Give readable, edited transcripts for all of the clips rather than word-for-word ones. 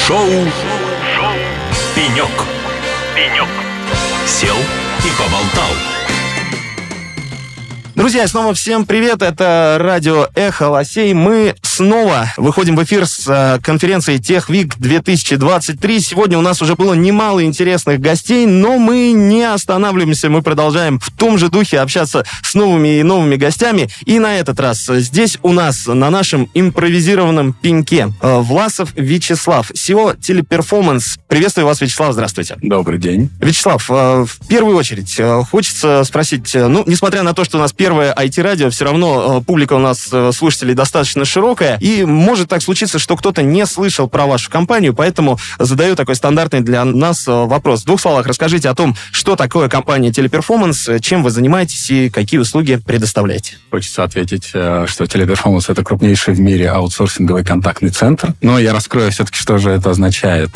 Шоу «Пенек». Сел и поболтал. Друзья, снова всем привет, это радио «Эхо Лосей». Мы снова выходим в эфир с конференции TechWeek 2023. Сегодня у нас уже было немало интересных гостей, но мы не останавливаемся, мы продолжаем в том же духе общаться с новыми и новыми гостями. И на этот раз здесь у нас на нашем импровизированном пеньке Власов Вячеслав, CEO Teleperformance. Приветствую вас, Вячеслав, здравствуйте. Добрый день. Вячеслав, в первую очередь хочется спросить, несмотря на то, что у нас первое IT-радио, все равно публика у нас, слушателей, достаточно широкая, и может так случиться, что кто-то не слышал про вашу компанию, поэтому задаю такой стандартный для нас вопрос. В двух словах расскажите о том, что такое компания Teleperformance, чем вы занимаетесь и какие услуги предоставляете. Хочется ответить, что Teleperformance — это крупнейший в мире аутсорсинговый контактный центр, но я раскрою все-таки, что же это означает.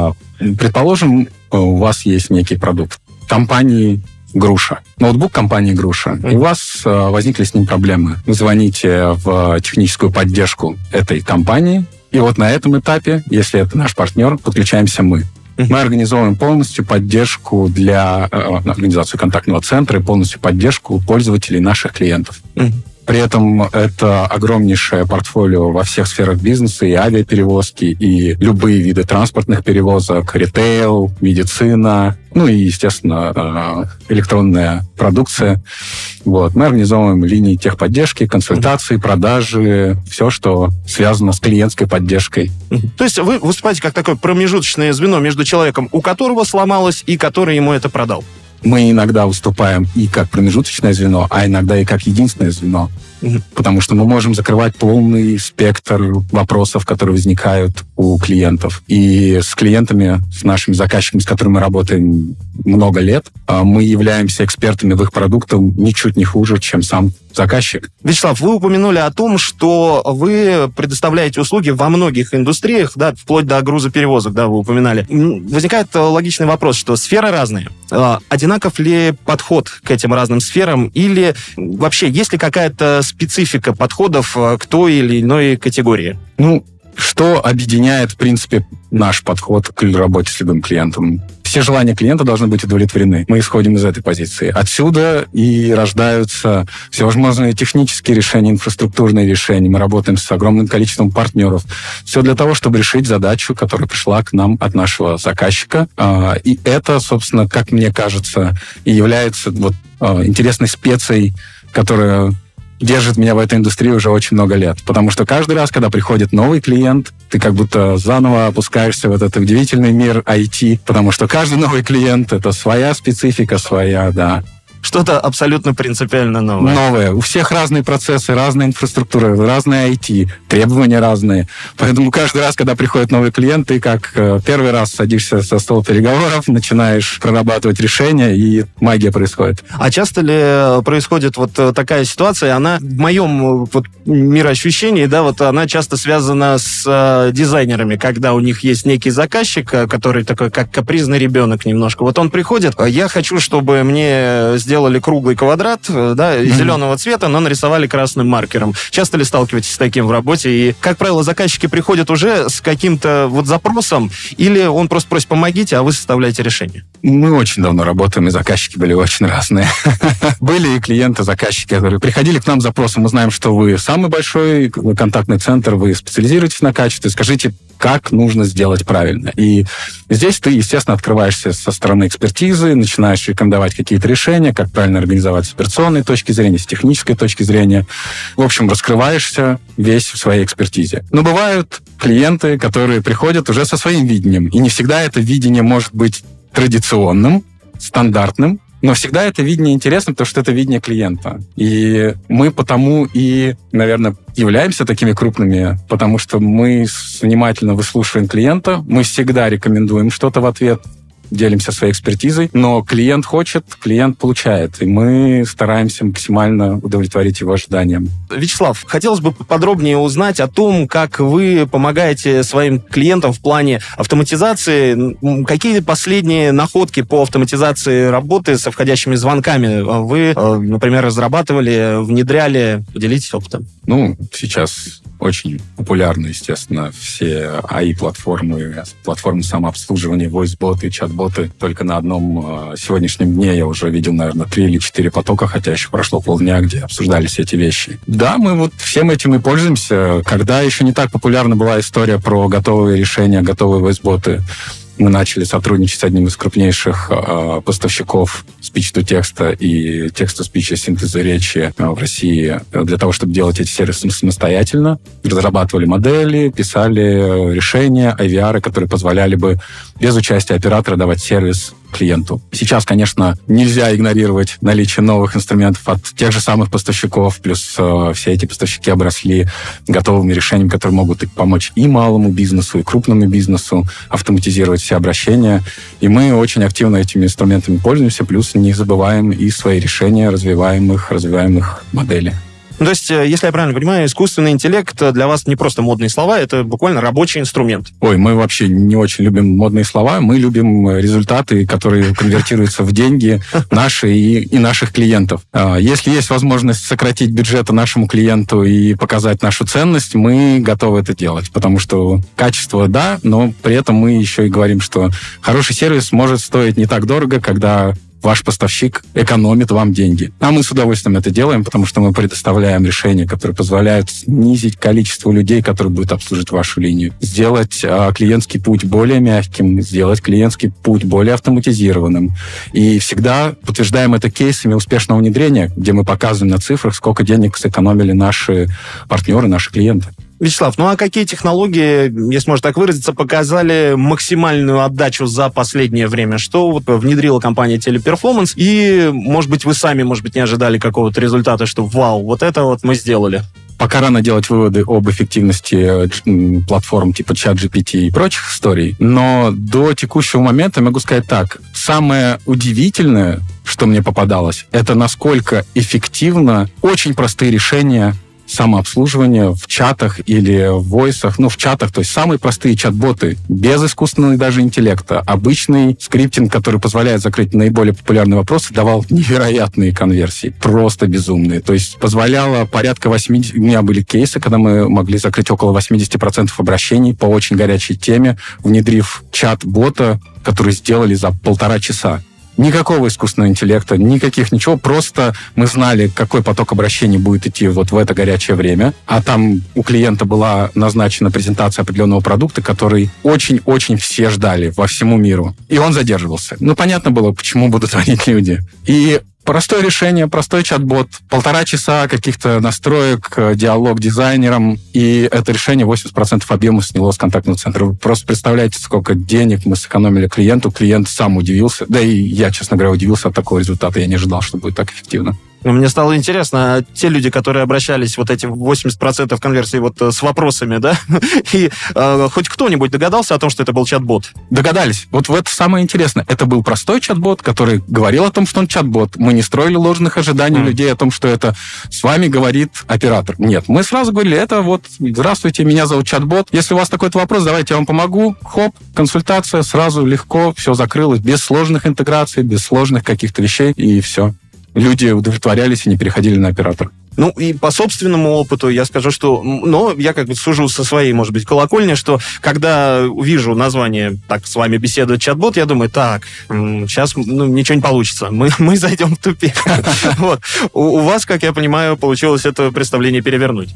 Предположим, у вас есть некий продукт компании «Груша». Ноутбук компании «Груша». И у вас возникли с ним проблемы. Вы звоните в техническую поддержку этой компании, и вот на этом этапе, если это наш партнер, подключаемся мы. Мы организовываем полностью поддержку для организации контактного центра и полностью поддержку пользователей наших клиентов. При этом это огромнейшее портфолио во всех сферах бизнеса, и авиаперевозки, и любые виды транспортных перевозок, ритейл, медицина, и, естественно, электронная продукция. Вот. Мы организовываем линии техподдержки, консультации, продажи, все, что связано с клиентской поддержкой. То есть вы выступаете как такое промежуточное звено между человеком, у которого сломалось, и который ему это продал? Мы иногда выступаем и как промежуточное звено, а иногда и как единственное звено. Потому что мы можем закрывать полный спектр вопросов, которые возникают у клиентов. И с клиентами, с нашими заказчиками, с которыми мы работаем много лет, мы являемся экспертами в их продуктах ничуть не хуже, чем сам заказчик. Вячеслав, вы упомянули о том, что вы предоставляете услуги во многих индустриях, да, вплоть до грузоперевозок, да, вы упоминали. Возникает логичный вопрос, что сферы разные. Одинаков ли подход к этим разным сферам, или вообще есть ли какая-то специфика подходов к той или иной категории? Что объединяет, в принципе, наш подход к работе с любым клиентом? Все желания клиента должны быть удовлетворены. Мы исходим из этой позиции. Отсюда и рождаются всевозможные технические решения, инфраструктурные решения. Мы работаем с огромным количеством партнеров. Все для того, чтобы решить задачу, которая пришла к нам от нашего заказчика. И это, собственно, как мне кажется, и является интересной специей, которая держит меня в этой индустрии уже очень много лет. Потому что каждый раз, когда приходит новый клиент, ты как будто заново опускаешься в этот удивительный мир IT, потому что каждый новый клиент — это своя специфика, своя, да. Что-то абсолютно принципиально новое. Новое. У всех разные процессы, разная инфраструктура, разные IT, требования разные. Поэтому каждый раз, когда приходит новый клиент, ты как первый раз садишься со стола переговоров, начинаешь прорабатывать решения, и магия происходит. А часто ли происходит такая ситуация? Она в моем мироощущении, да, она часто связана с дизайнерами, когда у них есть некий заказчик, который такой, как капризный ребенок немножко. Он приходит, я хочу, чтобы мне сделали круглый квадрат, да, зеленого цвета, но нарисовали красным маркером. Часто ли сталкиваетесь с таким в работе? И, как правило, заказчики приходят уже с каким-то запросом, или он просто просит «помогите», а вы составляете решение? Мы очень давно работаем, и заказчики были очень разные. Были и клиенты, заказчики, которые приходили к нам с запросом: мы знаем, что вы самый большой контактный центр, вы специализируетесь на качестве, скажите, как нужно сделать правильно. И здесь ты, естественно, открываешься со стороны экспертизы, начинаешь рекомендовать какие-то решения, как правильно организовать с операционной точки зрения, с технической точки зрения. В общем, раскрываешься весь в своей экспертизе. Но бывают клиенты, которые приходят уже со своим видением. И не всегда это видение может быть традиционным, стандартным, но всегда это видение интересно, потому что это видение клиента. И мы потому и, наверное, являемся такими крупными, потому что мы внимательно выслушиваем клиента, мы всегда рекомендуем что-то в ответ, делимся своей экспертизой, но клиент хочет, клиент получает, и мы стараемся максимально удовлетворить его ожиданиям. Вячеслав, хотелось бы подробнее узнать о том, как вы помогаете своим клиентам в плане автоматизации. Какие последние находки по автоматизации работы со входящими звонками вы, например, разрабатывали, внедряли? Поделитесь опытом. Сейчас очень популярны, естественно, все AI-платформы, платформы самообслуживания, voice-боты, чат-боты. Только на одном сегодняшнем дне я уже видел, наверное, 3 или 4 потока, хотя еще прошло полдня, где обсуждались эти вещи. Да, мы вот всем этим и пользуемся. Когда еще не так популярна была история про готовые решения, готовые voice-боты, мы начали сотрудничать с одним из крупнейших поставщиков speech-to-текста и текста-спича синтеза речи в России для того, чтобы делать эти сервисы самостоятельно. Разрабатывали модели, писали решения, IVR, которые позволяли бы без участия оператора давать сервис клиенту. Сейчас, конечно, нельзя игнорировать наличие новых инструментов от тех же самых поставщиков, плюс все эти поставщики обросли готовыми решениями, которые могут помочь и малому бизнесу, и крупному бизнесу автоматизировать все обращения. И мы очень активно этими инструментами пользуемся, плюс не забываем и свои решения, развиваем их модели. Ну, то есть, если я правильно понимаю, искусственный интеллект для вас не просто модные слова, это буквально рабочий инструмент. Ой, мы вообще не очень любим модные слова, мы любим результаты, которые конвертируются в деньги наши и наших клиентов. Если есть возможность сократить бюджет нашему клиенту и показать нашу ценность, мы готовы это делать, потому что качество, да, но при этом мы еще и говорим, что хороший сервис может стоить не так дорого, когда ваш поставщик экономит вам деньги. А мы с удовольствием это делаем, потому что мы предоставляем решения, которые позволяют снизить количество людей, которые будут обслуживать вашу линию, сделать клиентский путь более мягким, сделать клиентский путь более автоматизированным. И всегда подтверждаем это кейсами успешного внедрения, где мы показываем на цифрах, сколько денег сэкономили наши партнеры, наши клиенты. Вячеслав, ну а какие технологии, если можно так выразиться, показали максимальную отдачу за последнее время? Что вот внедрила компания Teleperformance? И, может быть, вы сами, не ожидали какого-то результата, что вау, вот это вот мы сделали? Пока рано делать выводы об эффективности платформ типа ChatGPT и прочих историй, но до текущего момента могу сказать так. Самое удивительное, что мне попадалось, это насколько эффективно очень простые решения самообслуживания в чатах или в войсах, в чатах, то есть самые простые чат-боты, без искусственного даже интеллекта. Обычный скриптинг, который позволяет закрыть наиболее популярные вопросы, давал невероятные конверсии, просто безумные. То есть позволяло порядка 80... У меня были кейсы, когда мы могли закрыть около 80% обращений по очень горячей теме, внедрив чат-бота, который сделали за 1,5 часа. Никакого искусственного интеллекта, ничего. Просто мы знали, какой поток обращений будет идти вот в это горячее время. А там у клиента была назначена презентация определенного продукта, который очень-очень все ждали во всему миру. И он задерживался. Понятно было, почему будут звонить люди. И простое решение, простой чат-бот, 1,5 часа каких-то настроек, диалог дизайнером, и это решение 80% объема сняло с контактного центра. Вы просто представляете, сколько денег мы сэкономили клиенту. Клиент сам удивился. Да и я, честно говоря, удивился от такого результата. Я не ожидал, что будет так эффективно. Мне стало интересно, те люди, которые обращались, вот эти 80% конверсии вот с вопросами, да, и хоть кто-нибудь догадался о том, что это был чат-бот? Догадались. Вот это самое интересное. Это был простой чат-бот, который говорил о том, что он чат-бот. Мы не строили ложных ожиданий людей о том, что это с вами говорит оператор. Нет, мы сразу говорили, это вот, здравствуйте, меня зовут чат-бот. Если у вас такой-то вопрос, давайте я вам помогу. Хоп, консультация, сразу легко, все закрылось, без сложных интеграций, без сложных каких-то вещей, и все. Люди удовлетворялись и не переходили на оператора. И по собственному опыту я скажу, что... я сужу со своей, может быть, колокольни, что когда вижу название «Так, с вами беседует чат-бот», я думаю, сейчас ничего не получится. Мы зайдем в тупик. Вот. У вас, как я понимаю, получилось это представление перевернуть.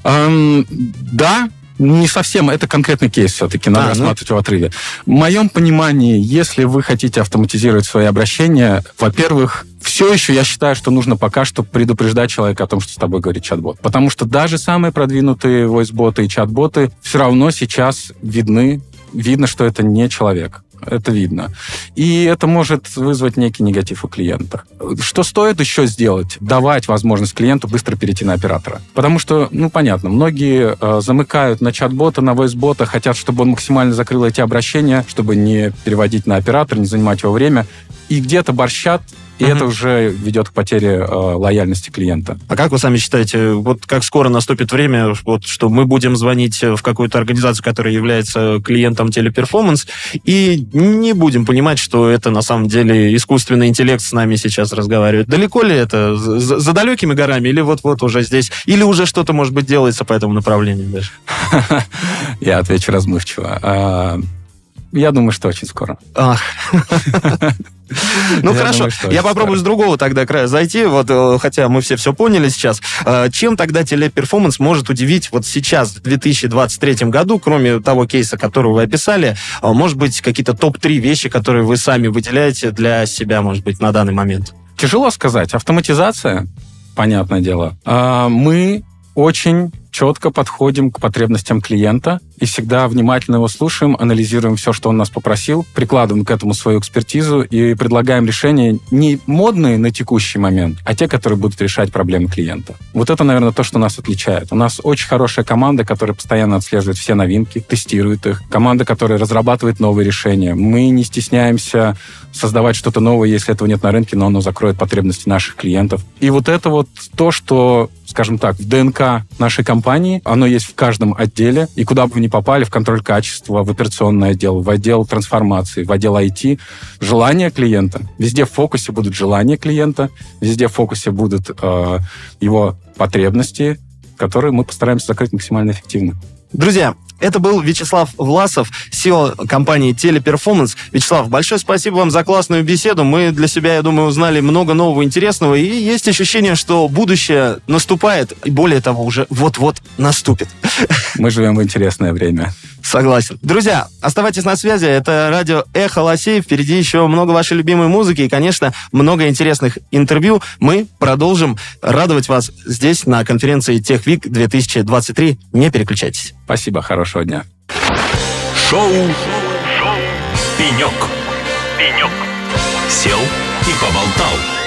Да, не совсем, это конкретный кейс все-таки, надо рассматривать в отрыве. В моем понимании, если вы хотите автоматизировать свои обращения, во-первых, все еще я считаю, что нужно пока что предупреждать человека о том, что с тобой говорит чат-бот. Потому что даже самые продвинутые войс-боты и чат-боты все равно сейчас видно, что это не человек. Это видно. И это может вызвать некий негатив у клиента. Что стоит еще сделать? Давать возможность клиенту быстро перейти на оператора. Потому что, понятно, многие замыкают на чат-бота, на войс-бота, хотят, чтобы он максимально закрыл эти обращения, чтобы не переводить на оператора, не занимать его время. и где-то борщат, и это уже ведет к потере лояльности клиента. А как вы сами считаете, вот как скоро наступит время, вот, что мы будем звонить в какую-то организацию, которая является клиентом Teleperformance, и не будем понимать, что это на самом деле искусственный интеллект с нами сейчас разговаривает? Далеко ли это? За далекими горами? Или вот-вот уже здесь? Или уже что-то, может быть, делается по этому направлению даже? Я отвечу размывчиво. Я думаю, что очень скоро. Ну, хорошо. Я попробую с другого тогда края зайти, хотя мы все поняли сейчас. Чем тогда Teleperformance может удивить вот сейчас, в 2023 году, кроме того кейса, который вы описали, может быть, какие-то топ-3 вещи, которые вы сами выделяете для себя, может быть, на данный момент? Тяжело сказать. Автоматизация, понятное дело. Мы очень четко подходим к потребностям клиента и всегда внимательно его слушаем, анализируем все, что он нас попросил, прикладываем к этому свою экспертизу и предлагаем решения не модные на текущий момент, а те, которые будут решать проблемы клиента. Вот это, наверное, то, что нас отличает. У нас очень хорошая команда, которая постоянно отслеживает все новинки, тестирует их. Команда, которая разрабатывает новые решения. Мы не стесняемся создавать что-то новое, если этого нет на рынке, но оно закроет потребности наших клиентов. И вот это вот то, что, скажем так, в ДНК нашей компании, оно есть в каждом отделе, и куда бы вы ни попали, в контроль качества, в операционный отдел, в отдел трансформации, в отдел IT, желание клиента, везде в фокусе будут желания клиента, везде в фокусе будут его потребности, которые мы постараемся закрыть максимально эффективно. Друзья, это был Вячеслав Власов, CEO компании Teleperformance. Вячеслав, большое спасибо вам за классную беседу. Мы для себя, я думаю, узнали много нового интересного. И есть ощущение, что будущее наступает. И более того, уже вот-вот наступит. Мы живем в интересное время. Согласен. Друзья, оставайтесь на связи. Это радио «Эхо Лосей». Впереди еще много вашей любимой музыки и, конечно, много интересных интервью. Мы продолжим радовать вас здесь, на конференции TechWeek 2023. Не переключайтесь. Спасибо, хорошего дня. Шоу «Пенек». Сел и поболтал.